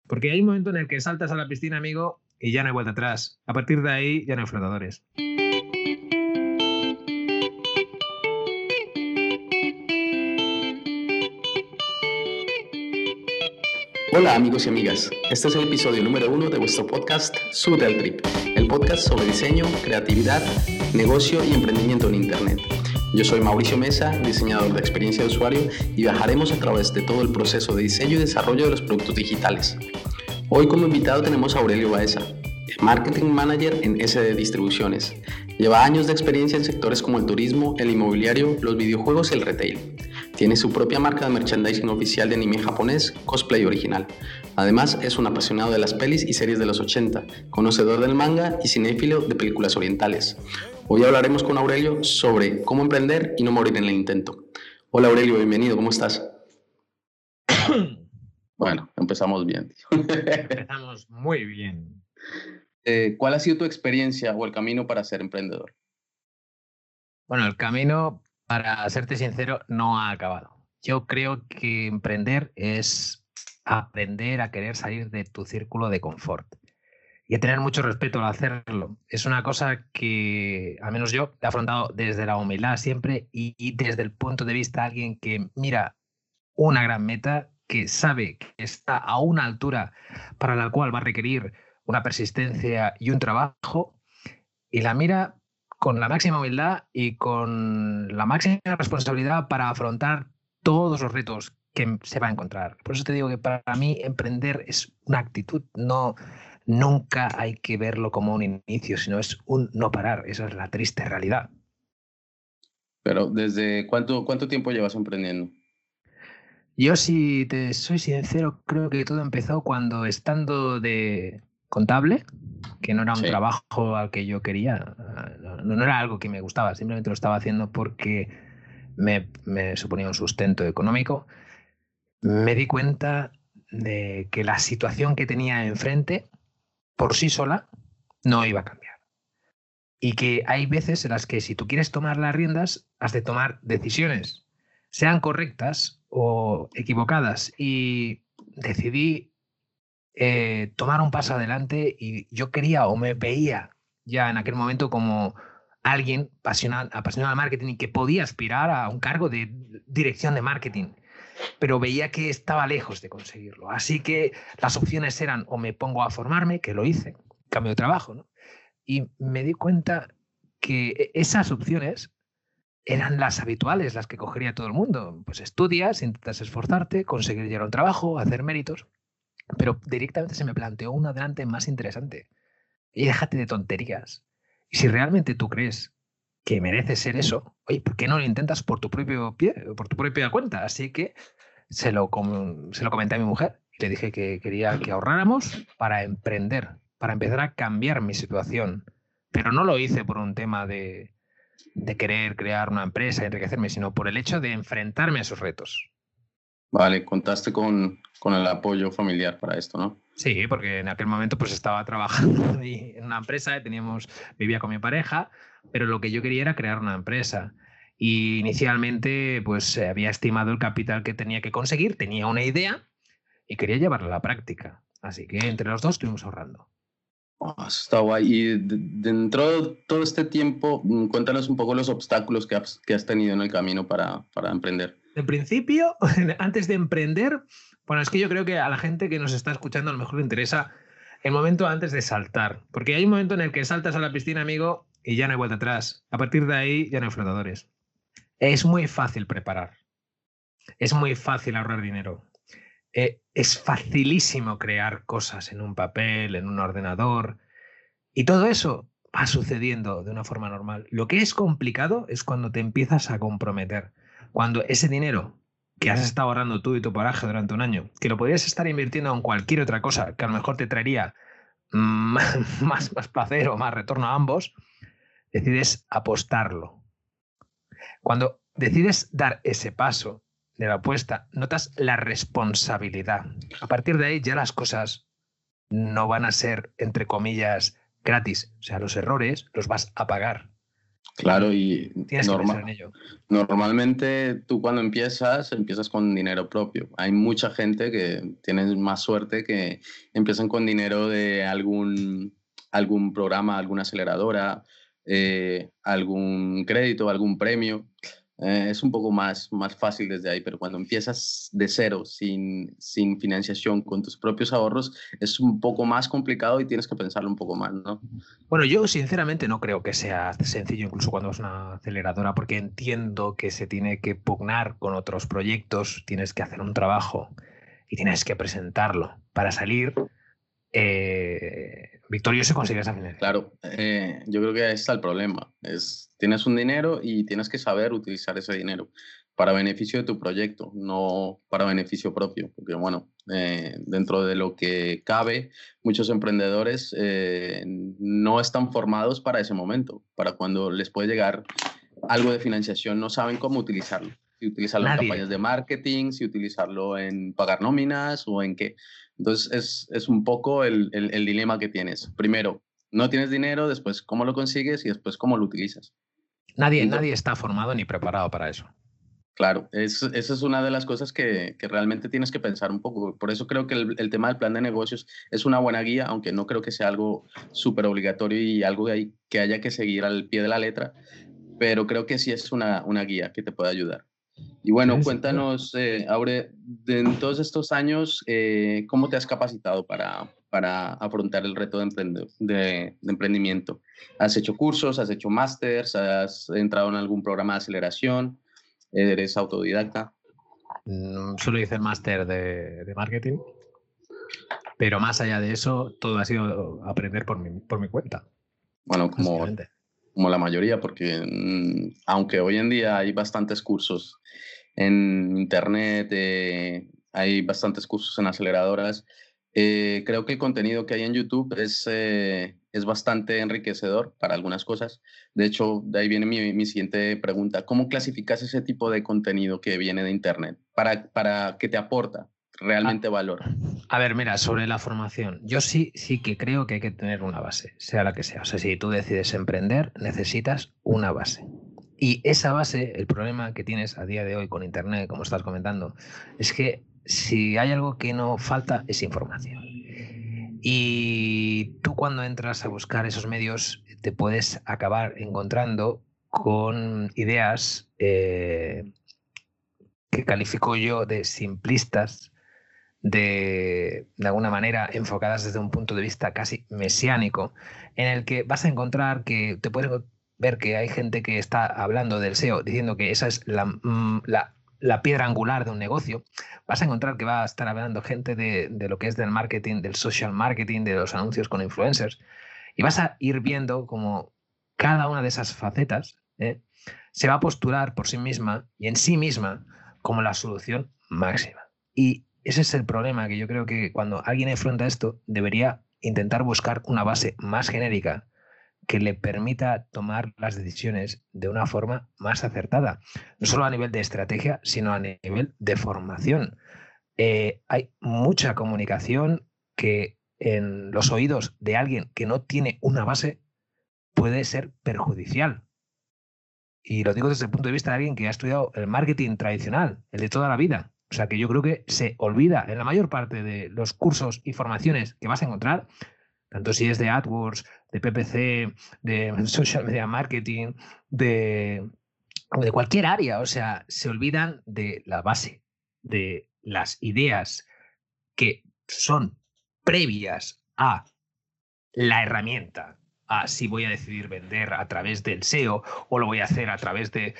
Porque hay un momento en el que saltas a la piscina, amigo, y ya no hay vuelta atrás. A partir de ahí ya no hay flotadores. Hola amigos y amigas, este es el episodio número 1 de vuestro podcast Sube al Trip, el podcast sobre diseño, creatividad, negocio y emprendimiento en Internet. Yo soy Mauricio Mesa, diseñador de experiencia de usuario, y viajaremos a través de todo el proceso de diseño y desarrollo de los productos digitales. Hoy como invitado tenemos a Aurelio Baeza, Marketing Manager en SD Distribuciones. Lleva años de experiencia en sectores como el turismo, el inmobiliario, los videojuegos y el retail. Tiene su propia marca de merchandising oficial de anime japonés, Cosplay Original. Además, es un apasionado de las pelis y series de los 80, conocedor del manga y cinéfilo de películas orientales. Hoy hablaremos con Aurelio sobre cómo emprender y no morir en el intento. Hola Aurelio, bienvenido, ¿cómo estás? Bueno, empezamos bien. Empezamos muy bien. ¿Cuál ha sido tu experiencia o el camino para ser emprendedor? Bueno, el camino, para serte sincero, no ha acabado. Yo creo que emprender es aprender a querer salir de tu círculo de confort y a tener mucho respeto al hacerlo. Es una cosa que, al menos yo, he afrontado desde la humildad siempre y desde el punto de vista de alguien que mira una gran meta, que sabe que está a una altura para la cual va a requerir una persistencia y un trabajo, y la mira con la máxima humildad y con la máxima responsabilidad para afrontar todos los retos que se va a encontrar. Por eso te digo que para mí emprender es una actitud, nunca hay que verlo como un inicio, sino es un no parar. Esa es la triste realidad. Pero ¿desde cuánto tiempo llevas emprendiendo? Yo, si te soy sincero, creo que todo empezó cuando, estando de contable, que no era un trabajo al que yo quería, no era algo que me gustaba, simplemente lo estaba haciendo porque me suponía un sustento económico. Me di cuenta de que la situación que tenía enfrente, por sí sola, no iba a cambiar. Y que hay veces en las que, si tú quieres tomar las riendas, has de tomar decisiones, sean correctas o equivocadas. Y decidí tomar un paso adelante, y yo quería, o me veía ya en aquel momento, como alguien apasionado al marketing y que podía aspirar a un cargo de dirección de marketing, pero veía que estaba lejos de conseguirlo. Así que las opciones eran: o me pongo a formarme, que lo hice, cambio de trabajo, ¿no? Y me di cuenta que esas opciones eran las habituales, las que cogería todo el mundo. Pues estudias, intentas esforzarte, conseguir llegar a un trabajo, hacer méritos, pero directamente se me planteó una delante más interesante. Y déjate de tonterías. Y si realmente tú crees que mereces ser eso, oye, ¿por qué no lo intentas por tu propio pie, por tu propia cuenta? Así que se lo comenté a mi mujer y le dije que quería que ahorráramos para emprender, para empezar a cambiar mi situación. Pero no lo hice por un tema de querer crear una empresa y enriquecerme, sino por el hecho de enfrentarme a esos retos. Vale, contaste con el apoyo familiar para esto, ¿no? Sí, porque en aquel momento pues estaba trabajando ahí en una empresa, vivía con mi pareja, pero lo que yo quería era crear una empresa. Y inicialmente pues había estimado el capital que tenía que conseguir, tenía una idea y quería llevarla a la práctica. Así que entre los dos estuvimos ahorrando. Oh, está guay. Y dentro de todo este tiempo, cuéntanos un poco los obstáculos que has tenido en el camino para emprender. En principio, antes de emprender, bueno, es que yo creo que a la gente que nos está escuchando a lo mejor le interesa el momento antes de saltar. Porque hay un momento en el que saltas a la piscina, amigo, y ya no hay vuelta atrás. A partir de ahí ya no hay flotadores. Es muy fácil preparar. Es muy fácil ahorrar dinero. Es facilísimo crear cosas en un papel, en un ordenador. Y todo eso va sucediendo de una forma normal. Lo que es complicado es cuando te empiezas a comprometer. Cuando ese dinero que has estado ahorrando tú y tu paraje durante un año, que lo podrías estar invirtiendo en cualquier otra cosa que a lo mejor te traería más placer o más retorno a ambos, decides apostarlo. Cuando decides dar ese paso de la apuesta, notas la responsabilidad. A partir de ahí ya las cosas no van a ser, entre comillas, gratis. O sea, los errores los vas a pagar. Claro, y tienes que pensar en ello. Normalmente tú cuando empiezas con dinero propio. Hay mucha gente que tiene más suerte que empiezan con dinero de algún programa, alguna aceleradora, algún crédito, algún premio. Es un poco más fácil desde ahí, pero cuando empiezas de cero, sin financiación, con tus propios ahorros, es un poco más complicado y tienes que pensarlo un poco más, ¿no? Bueno, yo sinceramente no creo que sea sencillo, incluso cuando es una aceleradora, porque entiendo que se tiene que pugnar con otros proyectos, tienes que hacer un trabajo y tienes que presentarlo para salir victorioso y conseguir esa financiación. Claro, yo creo que ahí está el problema. Tienes un dinero y tienes que saber utilizar ese dinero para beneficio de tu proyecto, no para beneficio propio. Porque, bueno, dentro de lo que cabe, muchos emprendedores no están formados para ese momento, para cuando les puede llegar algo de financiación, no saben cómo utilizarlo. Si utilizarlo en campañas de marketing, si utilizarlo en pagar nóminas o en qué. Entonces, es un poco el dilema que tienes. Primero, no tienes dinero, después cómo lo consigues y después cómo lo utilizas. Nadie está formado ni preparado para eso. Claro, esa es una de las cosas que realmente tienes que pensar un poco. Por eso creo que el tema del plan de negocios es una buena guía, aunque no creo que sea algo súper obligatorio y algo que haya que seguir al pie de la letra, pero creo que sí es una guía que te puede ayudar. Y bueno, sí, cuéntanos, Aure, en todos estos años, ¿cómo te has capacitado para afrontar el reto de emprendimiento? ¿Has hecho cursos, has hecho másters, has entrado en algún programa de aceleración? ¿Eres autodidacta? Solo hice el máster de marketing, pero más allá de eso, todo ha sido aprender por mi cuenta. Bueno, como la mayoría, porque aunque hoy en día hay bastantes cursos en internet, hay bastantes cursos en aceleradoras, creo que el contenido que hay en YouTube es bastante enriquecedor para algunas cosas. De hecho, de ahí viene mi siguiente pregunta. ¿Cómo clasificas ese tipo de contenido que viene de internet para que te aporta realmente valor? A ver, mira, sobre la formación, yo sí que creo que hay que tener una base, sea la que sea. O sea, si tú decides emprender, necesitas una base. Y esa base, el problema que tienes a día de hoy con Internet, como estás comentando, es que si hay algo que no falta es información. Y tú cuando entras a buscar esos medios te puedes acabar encontrando con ideas que califico yo de simplistas, de alguna manera enfocadas desde un punto de vista casi mesiánico, en el que vas a encontrar que te puedes ver que hay gente que está hablando del SEO, diciendo que esa es la piedra angular de un negocio. Vas a encontrar que va a estar hablando gente de lo que es del marketing, del social marketing, de los anuncios con influencers, y vas a ir viendo como cada una de esas facetas se va a postular por sí misma y en sí misma como la solución máxima. Y ese es el problema, que yo creo que cuando alguien enfrenta esto debería intentar buscar una base más genérica que le permita tomar las decisiones de una forma más acertada, no solo a nivel de estrategia, sino a nivel de formación. Hay mucha comunicación que en los oídos de alguien que no tiene una base puede ser perjudicial. Y lo digo desde el punto de vista de alguien que ha estudiado el marketing tradicional, el de toda la vida. O sea que yo creo que se olvida en la mayor parte de los cursos y formaciones que vas a encontrar, tanto si es de AdWords, de PPC, de Social Media Marketing, de cualquier área. O sea, se olvidan de la base, de las ideas que son previas a la herramienta, a si voy a decidir vender a través del SEO o lo voy a hacer a través de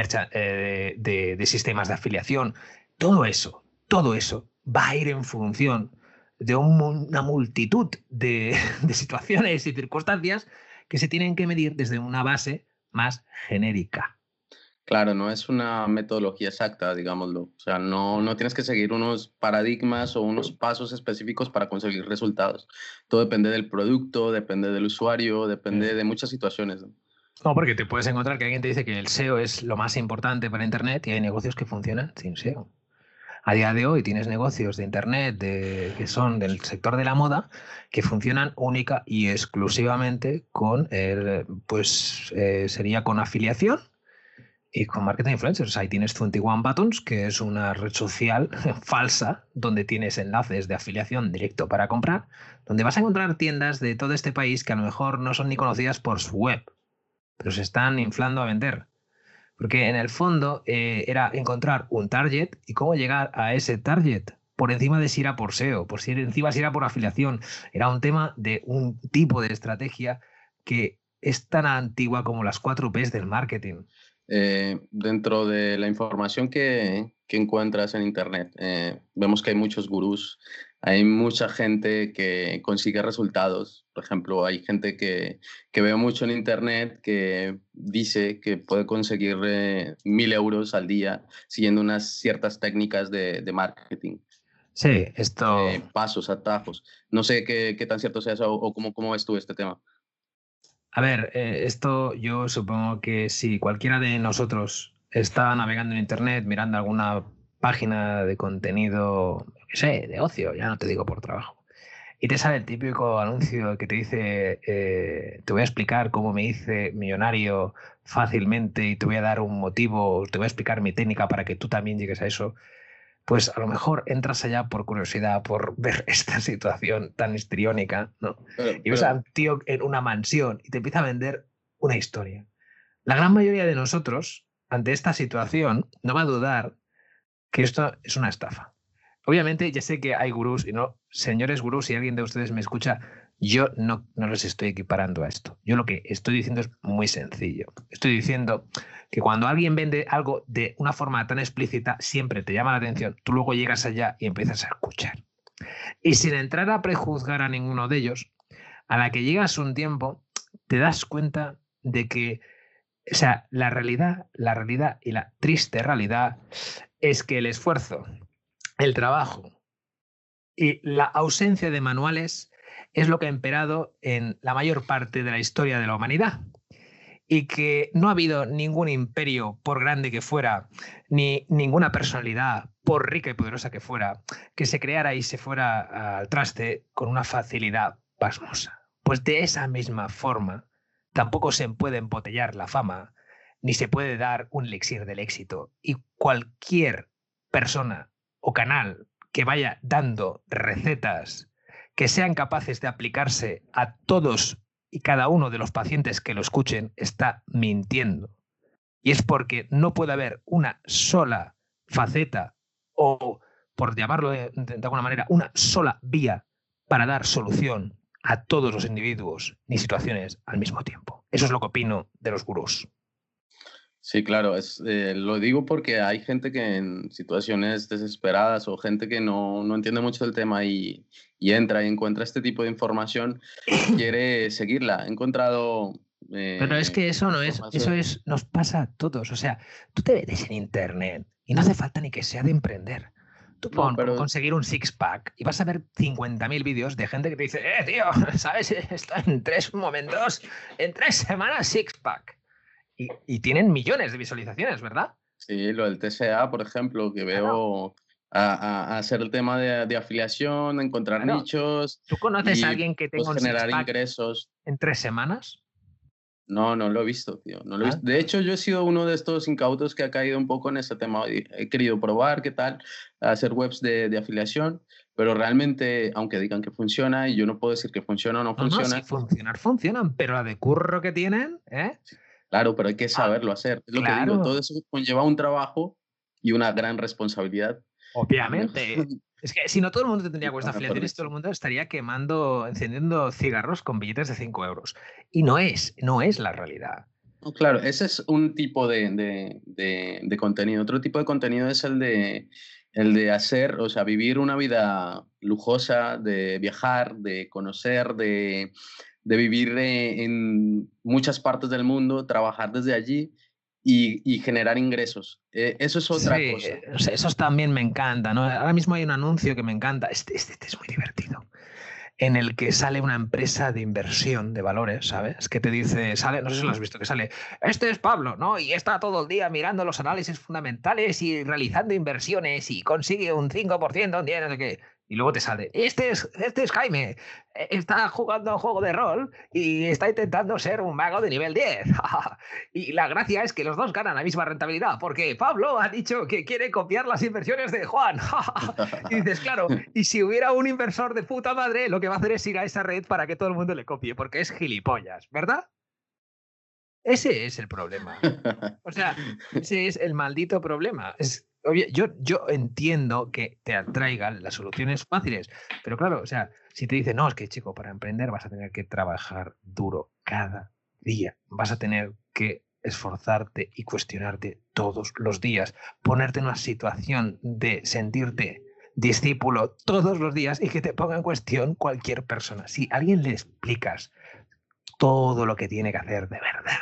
sistemas de afiliación. Todo eso va a ir en función de una multitud de situaciones y circunstancias que se tienen que medir desde una base más genérica. Claro, no es una metodología exacta, digámoslo. O sea, no tienes que seguir unos paradigmas o unos pasos específicos para conseguir resultados. Todo depende del producto, depende del usuario, depende de muchas situaciones, ¿no? No, porque te puedes encontrar que alguien te dice que el SEO es lo más importante para Internet y hay negocios que funcionan sin SEO. A día de hoy tienes negocios de Internet que son del sector de la moda que funcionan única y exclusivamente con, sería con afiliación y con marketing influencers. Ahí tienes 21 Buttons, que es una red social falsa donde tienes enlaces de afiliación directo para comprar, donde vas a encontrar tiendas de todo este país que a lo mejor no son ni conocidas por su web, pero se están inflando a vender. Porque en el fondo era encontrar un target y cómo llegar a ese target. Por encima de si era por SEO, por si encima si era por afiliación. Era un tema de un tipo de estrategia que es tan antigua como las 4 Ps del marketing. Dentro de la información que encuentras en Internet, vemos que hay muchos gurús, hay mucha gente que consigue resultados. Por ejemplo, hay gente que veo mucho en Internet que dice que puede conseguir 1.000 euros al día siguiendo unas ciertas técnicas de marketing. Sí, esto... pasos, atajos. No sé qué tan cierto sea eso o cómo ves tú este tema. A ver, esto yo supongo que si cualquiera de nosotros está navegando en Internet, mirando alguna página de contenido, qué sé, de ocio, ya no te digo por trabajo, y te sale el típico anuncio que te dice, te voy a explicar cómo me hice millonario fácilmente y te voy a dar un motivo, te voy a explicar mi técnica para que tú también llegues a eso, pues a lo mejor entras allá por curiosidad, por ver esta situación tan histriónica, ¿no? Y ves a un tío en una mansión y te empieza a vender una historia. La gran mayoría de nosotros, ante esta situación, no va a dudar que esto es una estafa. Obviamente, ya sé que hay gurús y no, señores gurús, si alguien de ustedes me escucha, yo no los estoy equiparando a esto. Yo lo que estoy diciendo es muy sencillo. Estoy diciendo que cuando alguien vende algo de una forma tan explícita, siempre te llama la atención, tú luego llegas allá y empiezas a escuchar. Y sin entrar a prejuzgar a ninguno de ellos, a la que llegas un tiempo, te das cuenta de que, o sea, la realidad y la triste realidad es que el esfuerzo, el trabajo y la ausencia de manuales es lo que ha imperado en la mayor parte de la historia de la humanidad. Y que no ha habido ningún imperio, por grande que fuera, ni ninguna personalidad, por rica y poderosa que fuera, que se creara y se fuera al traste con una facilidad pasmosa. Pues de esa misma forma, tampoco se puede embotellar la fama, ni se puede dar un elixir del éxito. Y cualquier persona o canal que vaya dando recetas que sean capaces de aplicarse a todos y cada uno de los pacientes que lo escuchen está mintiendo. Y es porque no puede haber una sola faceta o, por llamarlo de alguna manera, una sola vía para dar solución a todos los individuos ni situaciones al mismo tiempo. Eso es lo que opino de los gurús. Sí, claro, lo digo porque hay gente que en situaciones desesperadas o gente que no entiende mucho del tema y entra y encuentra este tipo de información, quiere seguirla. He encontrado... Pero es que eso no es, nos pasa a todos. O sea, tú te metes en Internet y no hace falta ni que sea de emprender. Tú pon conseguir un six-pack y vas a ver 50.000 vídeos de gente que te dice, tío, ¿sabes? Esto en 3 momentos, en 3 semanas six-pack. Y tienen millones de visualizaciones, ¿verdad? Sí, lo del TCA, por ejemplo, que veo a hacer el tema de afiliación, encontrar nichos. ¿Tú conoces a alguien que tenga un generar ingresos en 3 semanas? No lo he visto, tío. No lo he visto. De hecho, yo he sido uno de estos incautos que ha caído un poco en ese tema. He querido probar qué tal, hacer webs de afiliación, pero realmente, aunque digan que funciona, y yo no puedo decir que funciona o no funciona. Sí, funcionan, pero la de curro que tienen, ¿eh? Claro, pero hay que saberlo hacer. Es lo que digo, todo eso conlleva un trabajo y una gran responsabilidad. Obviamente. Es que si no, todo el mundo tendría cuesta afiliaciones, todo el mundo estaría encendiendo cigarros con billetes de 5 euros. Y no es la realidad. No, claro, ese es un tipo de contenido. Otro tipo de contenido es el de hacer, o sea, vivir una vida lujosa, de viajar, de conocer, de vivir en muchas partes del mundo, trabajar desde allí y generar ingresos. Eso es otra cosa. O sea, esos también me encanta, ¿no? Ahora mismo hay un anuncio que me encanta. Este es muy divertido. en el que sale una empresa de inversión de valores, ¿sabes? Que te dice, no sé si lo has visto, que sale, este es Pablo, ¿no? Y está todo el día mirando los análisis fundamentales y realizando inversiones y consigue un 5%, un 10%, no sé qué. Y luego te sale, este es Jaime, está jugando a un juego de rol y está intentando ser un mago de nivel 10. Y la gracia es que los dos ganan la misma rentabilidad, porque Pablo ha dicho que quiere copiar las inversiones de Juan. Y dices, claro, y si hubiera un inversor de puta madre, lo que va a hacer es ir a esa red para que todo el mundo le copie, porque es gilipollas, ¿verdad? Ese es el problema. O sea, ese es el maldito problema. Yo entiendo que te atraigan las soluciones fáciles, pero claro, o sea, si te dicen, no, es que chico, para emprender vas a tener que trabajar duro cada día, vas a tener que esforzarte y cuestionarte todos los días, ponerte en una situación de sentirte discípulo todos los días y que te ponga en cuestión cualquier persona. Si a alguien le explicas todo lo que tiene que hacer de verdad,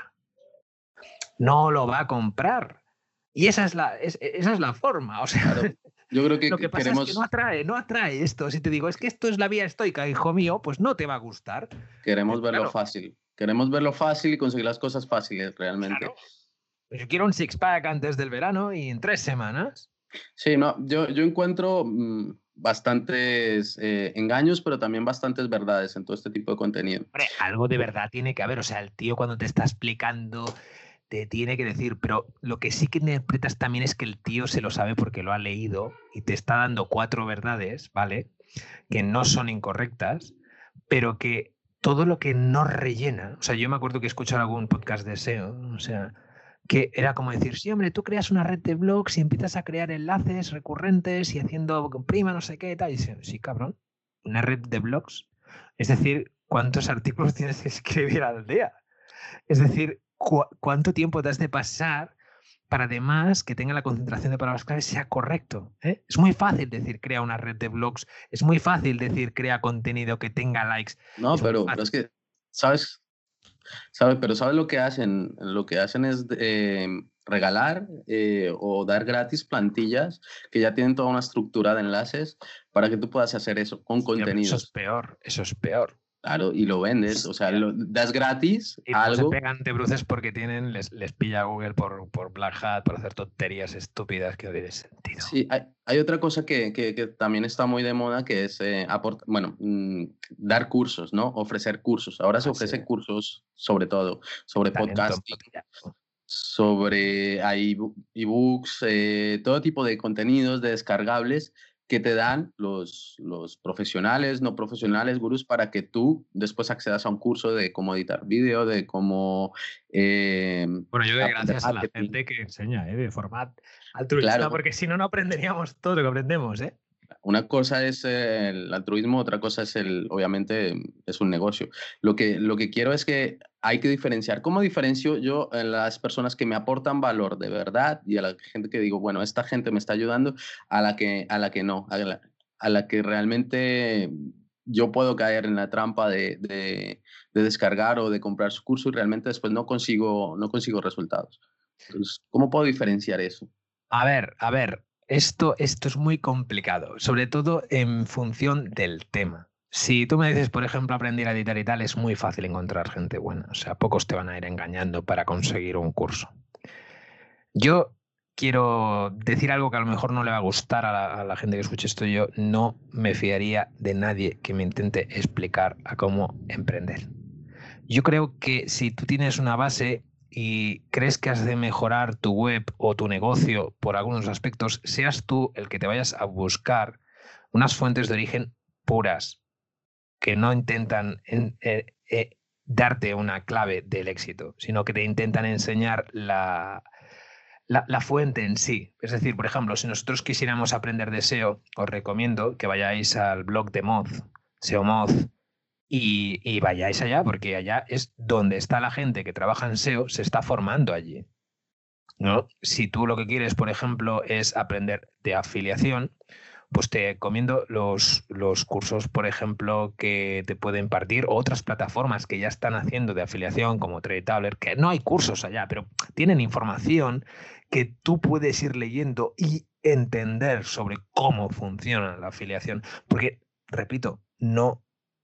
no lo va a comprar. Y esa es la forma. O sea, claro. Yo creo que lo que pasa es que no atrae esto. Si te digo, es que esto es la vía estoica, hijo mío, pues no te va a gustar. Queremos verlo fácil. Queremos verlo fácil y conseguir las cosas fáciles realmente. Claro. Yo quiero un six-pack antes del verano y en 3 semanas. Sí, no, yo encuentro bastantes engaños, pero también bastantes verdades en todo este tipo de contenido. Hombre, algo de verdad tiene que haber. O sea, el tío cuando te está explicando te tiene que decir, pero lo que sí que interpretas también es que el tío se lo sabe porque lo ha leído y te está dando 4 verdades, ¿vale? Que no son incorrectas, pero que todo lo que no rellena, o sea, yo me acuerdo que he escuchado algún podcast de SEO, o sea, que era como decir, sí, hombre, tú creas una red de blogs y empiezas a crear enlaces recurrentes y haciendo prima, no sé qué, tal, y dice, sí, cabrón, una red de blogs, es decir, ¿cuántos artículos tienes que escribir al día? Es decir, ¿cuánto tiempo te has de pasar para además que tenga la concentración de palabras claves sea correcto? ¿Eh? Es muy fácil decir crea una red de blogs, es muy fácil decir crea contenido que tenga likes. No, pero es que, ¿sabes? Pero ¿sabes lo que hacen? Lo que hacen es regalar o dar gratis plantillas que ya tienen toda una estructura de enlaces para que tú puedas hacer eso con contenidos. Eso es peor. Claro, y lo vendes, o sea, lo das gratis y algo. Se pegan de bruces porque les pilla Google por Black Hat, por hacer tonterías estúpidas que no tienen sentido. Sí, hay otra cosa que también está muy de moda, que es dar cursos, ¿no? Ofrecer cursos. Ahora se ofrecen cursos sobre todo, sobre podcasting, sobre ebooks, todo tipo de contenidos, de descargables que te dan los profesionales, no profesionales, gurús, para que tú después accedas a un curso de cómo editar vídeo, de cómo... bueno, yo doy gracias a la gente que enseña de forma altruista, claro, porque si no, no aprenderíamos todo lo que aprendemos, ¿eh? Una cosa es el altruismo, otra cosa es obviamente, es un negocio. Lo que quiero es que hay que diferenciar. ¿Cómo diferencio yo a las personas que me aportan valor de verdad y a la gente que digo, bueno, esta gente me está ayudando, a la que no, a la que realmente yo puedo caer en la trampa de descargar o de comprar su curso y realmente después no consigo resultados? Entonces, ¿cómo puedo diferenciar eso? A ver. Esto es muy complicado, sobre todo en función del tema. Si tú me dices, por ejemplo, aprender a editar y tal, es muy fácil encontrar gente buena. O sea, pocos te van a ir engañando para conseguir un curso. Yo quiero decir algo que a lo mejor no le va a gustar a la gente que escuche esto. Yo no me fiaría de nadie que me intente explicar a cómo emprender. Yo creo que si tú tienes una base y crees que has de mejorar tu web o tu negocio por algunos aspectos, seas tú el que te vayas a buscar unas fuentes de origen puras que no intentan darte una clave del éxito, sino que te intentan enseñar la fuente en sí. Es decir, por ejemplo, si nosotros quisiéramos aprender de SEO, os recomiendo que vayáis al blog de Moz, SEO Moz, y vayáis allá, porque allá es donde está la gente que trabaja en SEO, se está formando allí, ¿no? Si tú lo que quieres, por ejemplo, es aprender de afiliación, pues te recomiendo los cursos, por ejemplo, que te puede impartir otras plataformas que ya están haciendo de afiliación, como TradeTabler, que no hay cursos allá, pero tienen información que tú puedes ir leyendo y entender sobre cómo funciona la afiliación. Porque, repito, no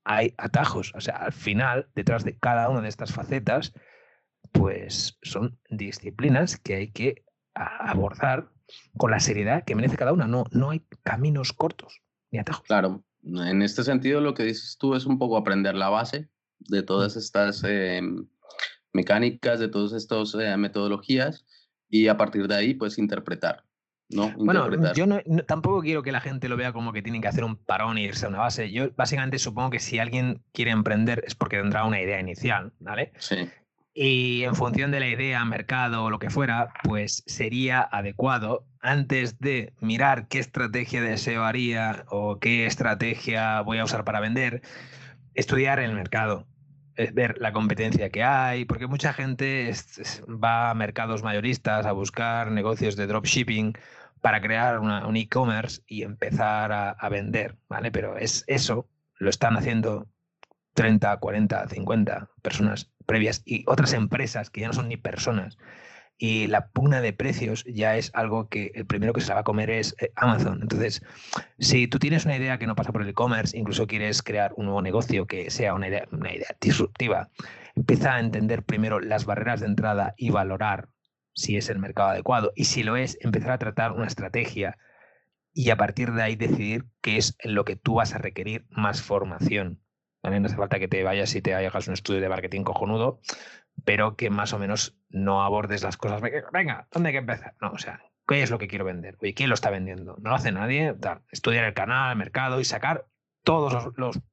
hay atajos. O sea, al final, detrás de cada una de estas facetas, pues son disciplinas que hay que abordar con la seriedad que merece cada una. No hay caminos cortos ni atajos. Claro, en este sentido lo que dices tú es un poco aprender la base de todas estas mecánicas, de todas estas metodologías y a partir de ahí pues interpretar, ¿no? Bueno, yo tampoco quiero que la gente lo vea como que tienen que hacer un parón e irse a una base. Yo básicamente supongo que si alguien quiere emprender es porque tendrá una idea inicial, ¿vale? Sí. Y en función de la idea, mercado o lo que fuera, pues sería adecuado, antes de mirar qué estrategia de SEO haría o qué estrategia voy a usar para vender, estudiar el mercado, es ver la competencia que hay, porque mucha gente va a mercados mayoristas a buscar negocios de dropshipping para crear un e-commerce y empezar a vender, ¿vale? Pero eso lo están haciendo 30, 40, 50 personas previas y otras empresas que ya no son ni personas. Y la pugna de precios ya es algo que el primero que se la va a comer es Amazon. Entonces, si tú tienes una idea que no pasa por el e-commerce, incluso quieres crear un nuevo negocio que sea una idea disruptiva, empieza a entender primero las barreras de entrada y valorar si es el mercado adecuado. Y si lo es, empezar a tratar una estrategia y a partir de ahí decidir qué es en lo que tú vas a requerir más formación. ¿Vale? No hace falta que te vayas y te hagas un estudio de marketing cojonudo, pero que más o menos no abordes las cosas. Venga, ¿dónde hay que empezar? No, o sea, ¿qué es lo que quiero vender? Oye, ¿quién lo está vendiendo? No lo hace nadie. Estudiar el canal, el mercado y sacar todos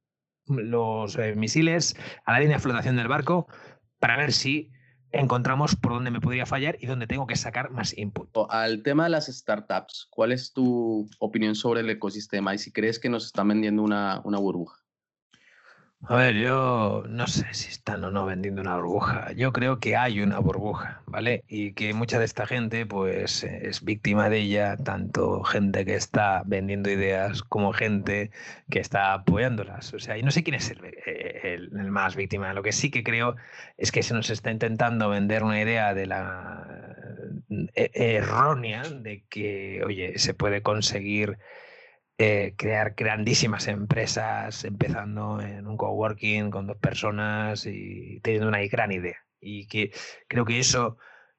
los misiles a la línea de flotación del barco para ver si encontramos por dónde me podría fallar y dónde tengo que sacar más input. Al tema de las startups, ¿cuál es tu opinión sobre el ecosistema y si crees que nos están vendiendo una burbuja? A ver, yo no sé si están o no vendiendo una burbuja. Yo creo que hay una burbuja, ¿vale? Y que mucha de esta gente, pues, es víctima de ella, tanto gente que está vendiendo ideas como gente que está apoyándolas. O sea, y no sé quién es el más víctima. Lo que sí que creo es que se nos está intentando vender una idea de la errónea de que, oye, se puede conseguir crear grandísimas empresas empezando en un coworking con 2 personas y teniendo una gran idea. Y que creo que eso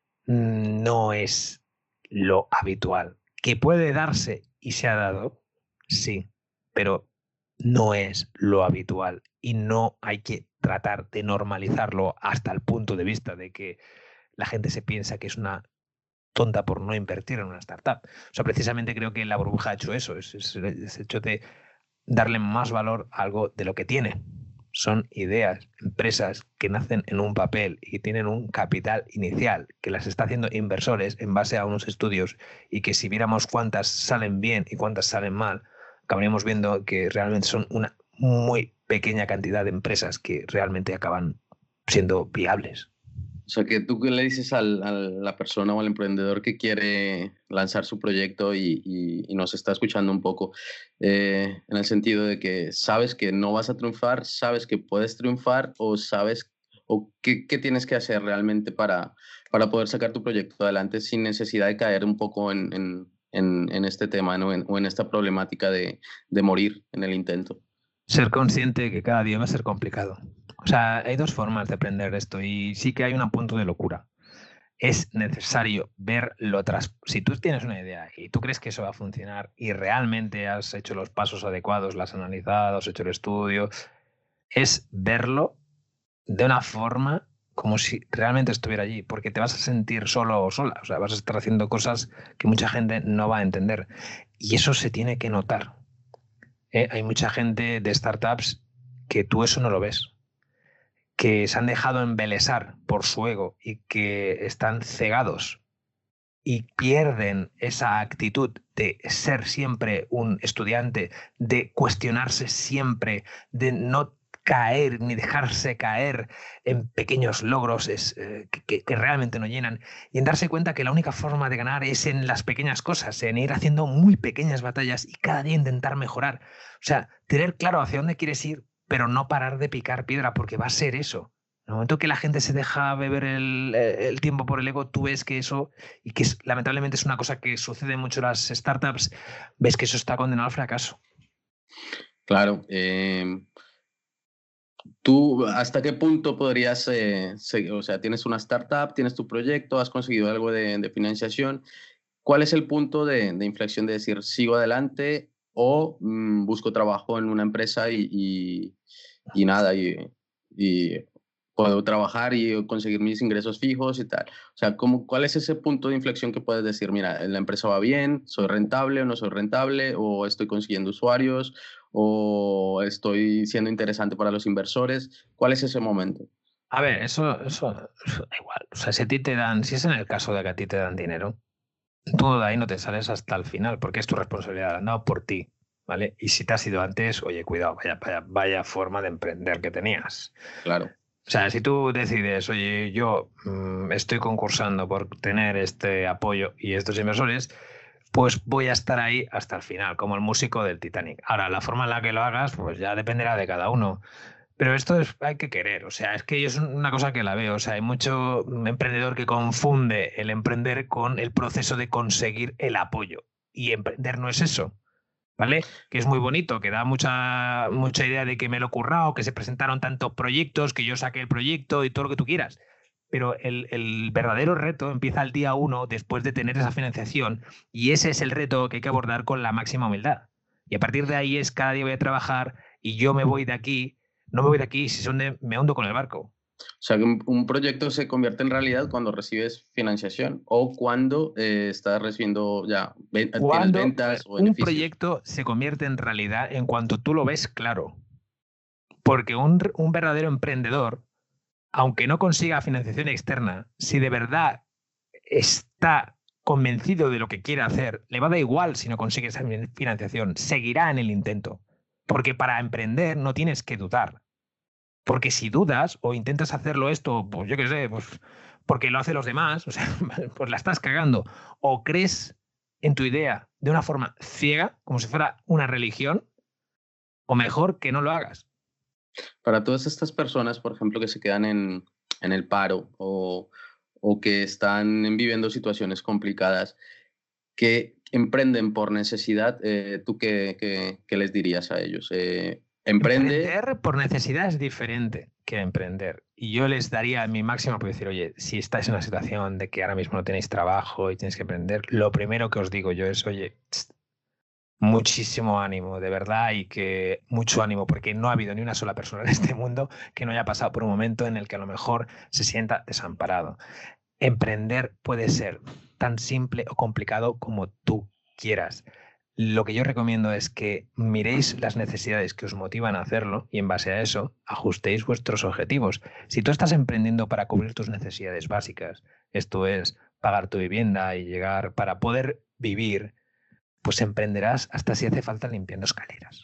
no es lo habitual. Que puede darse y se ha dado, sí, pero no es lo habitual y no hay que tratar de normalizarlo hasta el punto de vista de que la gente se piensa que es una tonta por no invertir en una startup. O sea, precisamente creo que la burbuja ha hecho eso, es hecho de darle más valor a algo de lo que tiene. Son ideas, empresas que nacen en un papel y que tienen un capital inicial, que las está haciendo inversores en base a unos estudios y que si viéramos cuántas salen bien y cuántas salen mal, acabaríamos viendo que realmente son una muy pequeña cantidad de empresas que realmente acaban siendo viables. O sea, que tú qué le dices a la persona o al emprendedor que quiere lanzar su proyecto y nos está escuchando un poco, en el sentido de que sabes que no vas a triunfar, sabes que puedes triunfar o sabes o qué tienes que hacer realmente para poder sacar tu proyecto adelante sin necesidad de caer un poco en este tema, ¿no? O en esta problemática de morir en el intento. Ser consciente que cada día va a ser complicado. O sea, hay 2 formas de aprender esto y sí que hay un punto de locura. Es necesario verlo tras. Si tú tienes una idea y tú crees que eso va a funcionar y realmente has hecho los pasos adecuados, lo has analizado, has hecho el estudio, es verlo de una forma como si realmente estuviera allí, porque te vas a sentir solo o sola. O sea, vas a estar haciendo cosas que mucha gente no va a entender. Y eso se tiene que notar. Hay mucha gente de startups que tú eso no lo ves, que se han dejado embelesar por su ego y que están cegados y pierden esa actitud de ser siempre un estudiante, de cuestionarse siempre, de no caer ni dejarse caer en pequeños logros que realmente no llenan y en darse cuenta que la única forma de ganar es en las pequeñas cosas, en ir haciendo muy pequeñas batallas y cada día intentar mejorar. O sea, tener claro hacia dónde quieres ir, pero no parar de picar piedra porque va a ser eso. En el momento que la gente se deja beber el tiempo por el ego, tú ves que eso, y que lamentablemente es una cosa que sucede mucho en las startups, ves que eso está condenado al fracaso. Claro. ¿Tú hasta qué punto podrías seguir? O sea, tienes una startup, tienes tu proyecto, has conseguido algo de financiación. ¿Cuál es el punto de inflexión de decir sigo adelante o busco trabajo en una empresa y nada, y puedo trabajar y conseguir mis ingresos fijos y tal? O sea, ¿cuál es ese punto de inflexión que puedes decir, mira, la empresa va bien, soy rentable o no soy rentable, o estoy consiguiendo usuarios, o estoy siendo interesante para los inversores? ¿Cuál es ese momento? A ver, eso da igual. O sea, si a ti te dan, si es en el caso de que a ti te dan dinero, tú de ahí no te sales hasta el final, porque es tu responsabilidad, no por ti, ¿vale? Y si te has ido antes, oye, cuidado, vaya forma de emprender que tenías. Claro. O sea, si tú decides, oye, yo estoy concursando por tener este apoyo y estos inversores, pues voy a estar ahí hasta el final, como el músico del Titanic. Ahora, la forma en la que lo hagas, pues ya dependerá de cada uno. Pero esto hay que querer, o sea, es que yo es una cosa que la veo, o sea, hay mucho emprendedor que confunde el emprender con el proceso de conseguir el apoyo. Y emprender no es eso, ¿vale? Que es muy bonito, que da mucha idea de que me lo he currado, que se presentaron tantos proyectos, que yo saqué el proyecto y todo lo que tú quieras. Pero el verdadero reto empieza el día 1 después de tener esa financiación, y ese es el reto que hay que abordar con la máxima humildad. Y a partir de ahí es cada día voy a trabajar y yo me voy de aquí, no me voy de aquí si son me hundo con el barco. O sea, que un proyecto se convierte en realidad cuando recibes financiación o cuando estás recibiendo ya, tienes Cuando, a ventas ver, o un beneficios. proyecto se convierte en realidad en cuanto tú lo ves claro. Porque un verdadero emprendedor, aunque no consiga financiación externa, si de verdad está convencido de lo que quiere hacer, le va a dar igual si no consigue esa financiación, seguirá en el intento. Porque para emprender no tienes que dudar. Porque si dudas o intentas hacerlo esto, pues yo qué sé, pues porque lo hacen los demás, o sea, pues la estás cagando. O crees en tu idea de una forma ciega, como si fuera una religión, o mejor que no lo hagas. Para todas estas personas, por ejemplo, que se quedan en el paro o que están viviendo situaciones complicadas, que emprenden por necesidad, ¿tú qué les dirías a ellos? Emprende. Emprender por necesidad es diferente que emprender. Y yo les daría mi máximo por decir, oye, si estáis en una situación de que ahora mismo no tenéis trabajo y tenéis que emprender, lo primero que os digo yo es, oye, muchísimo ánimo, de verdad, y que mucho ánimo, porque no ha habido ni una sola persona en este mundo que no haya pasado por un momento en el que a lo mejor se sienta desamparado. Emprender puede ser tan simple o complicado como tú quieras. Lo que yo recomiendo es que miréis las necesidades que os motivan a hacerlo y en base a eso ajustéis vuestros objetivos. Si tú estás emprendiendo para cubrir tus necesidades básicas, esto es pagar tu vivienda y llegar para poder vivir, pues emprenderás hasta si hace falta limpiando escaleras.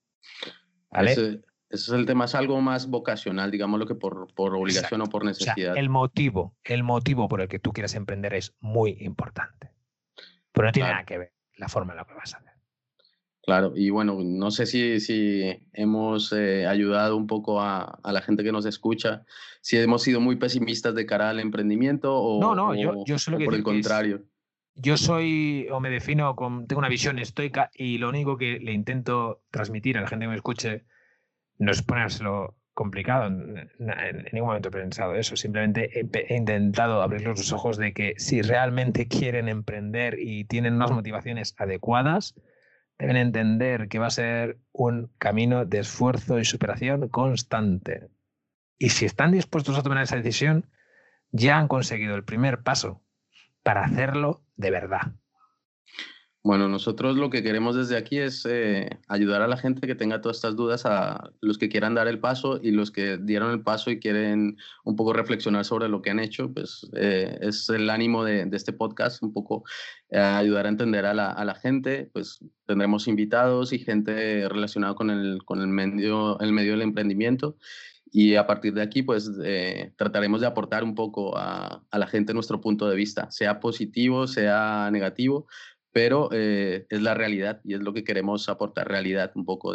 ¿Vale? Ese es el tema, es algo más vocacional, digámoslo, que por obligación Exacto. o por O sea, necesidad. el motivo por el que tú quieras emprender es muy importante. Pero no tiene Claro. nada que ver la forma en la que vas a hacer. Claro, y bueno, no sé si hemos ayudado un poco a la gente que nos escucha, si hemos sido muy pesimistas de cara al emprendimiento No, yo solo o quiero por el decir que contrario. yo soy o me defino con, tengo una visión estoica y lo único que le intento transmitir a la gente que me escuche no es ponérselo complicado, en ningún momento he pensado eso, simplemente he intentado abrirles los ojos de que si realmente quieren emprender y tienen unas motivaciones adecuadas, deben entender que va a ser un camino de esfuerzo y superación constante. Y si están dispuestos a tomar esa decisión, ya han conseguido el primer paso para hacerlo de verdad. Bueno, nosotros lo que queremos desde aquí es ayudar a la gente que tenga todas estas dudas, a los que quieran dar el paso y los que dieron el paso y quieren un poco reflexionar sobre lo que han hecho, pues es el ánimo de este podcast, un poco ayudar a entender a la gente, pues tendremos invitados y gente relacionada con el medio del emprendimiento. Y a partir de aquí, pues trataremos de aportar un poco a la gente nuestro punto de vista, sea positivo, sea negativo, pero es la realidad y es lo que queremos aportar, realidad un poco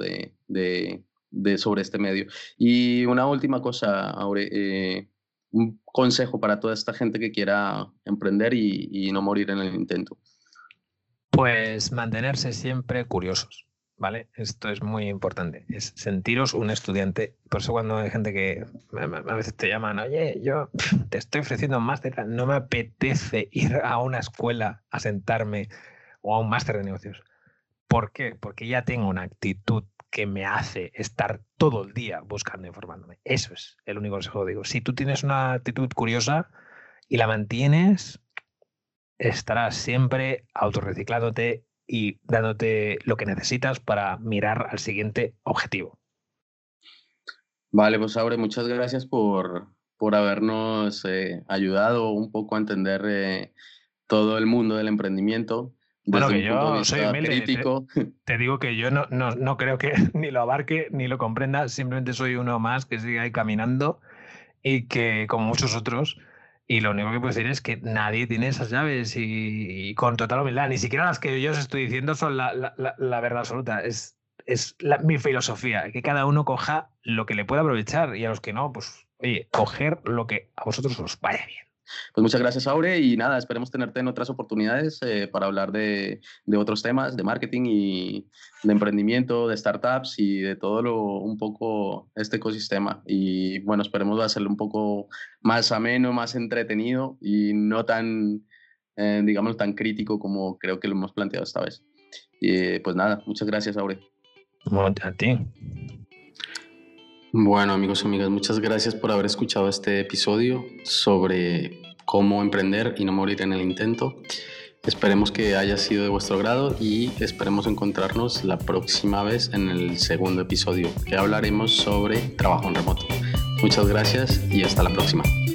sobre este medio. Y una última cosa, Aure, un consejo para toda esta gente que quiera emprender y no morir en el intento. Pues mantenerse siempre curiosos. ¿vale? Esto es muy importante, es sentiros un estudiante. Por eso cuando hay gente que a veces te llaman, oye, yo te estoy ofreciendo un máster, no me apetece ir a una escuela a sentarme o a un máster de negocios. ¿Por qué? Porque ya tengo una actitud que me hace estar todo el día buscando, informándome. Eso es el único consejo que digo. Si tú tienes una actitud curiosa y la mantienes, estarás siempre autorreciclándote y dándote lo que necesitas para mirar al siguiente objetivo. Vale, pues Aure, muchas gracias por habernos ayudado un poco a entender todo el mundo del emprendimiento desde Bueno, que un punto de yo soy vista humilde, crítico. te digo que yo no creo que ni lo abarque ni lo comprenda, simplemente soy uno más que sigue ahí caminando y que, como muchos otros, y lo único que puedo decir es que nadie tiene esas llaves y con total humildad, ni siquiera las que yo os estoy diciendo son la verdad absoluta, es mi filosofía, que cada uno coja lo que le pueda aprovechar y a los que no, pues oye, coger lo que a vosotros os vaya bien. Pues muchas gracias, Aure, y nada, esperemos tenerte en otras oportunidades para hablar de otros temas, de marketing y de emprendimiento, de startups y de todo un poco este ecosistema. Y bueno, esperemos hacerlo un poco más ameno, más entretenido y no tan, digamos, tan crítico como creo que lo hemos planteado esta vez. Y pues nada, muchas gracias, Aure. Bueno, a ti. Bueno, amigos y amigas, muchas gracias por haber escuchado este episodio sobre cómo emprender y no morir en el intento. Esperemos que haya sido de vuestro agrado y esperemos encontrarnos la próxima vez en el segundo episodio, que hablaremos sobre trabajo en remoto. Muchas gracias y hasta la próxima.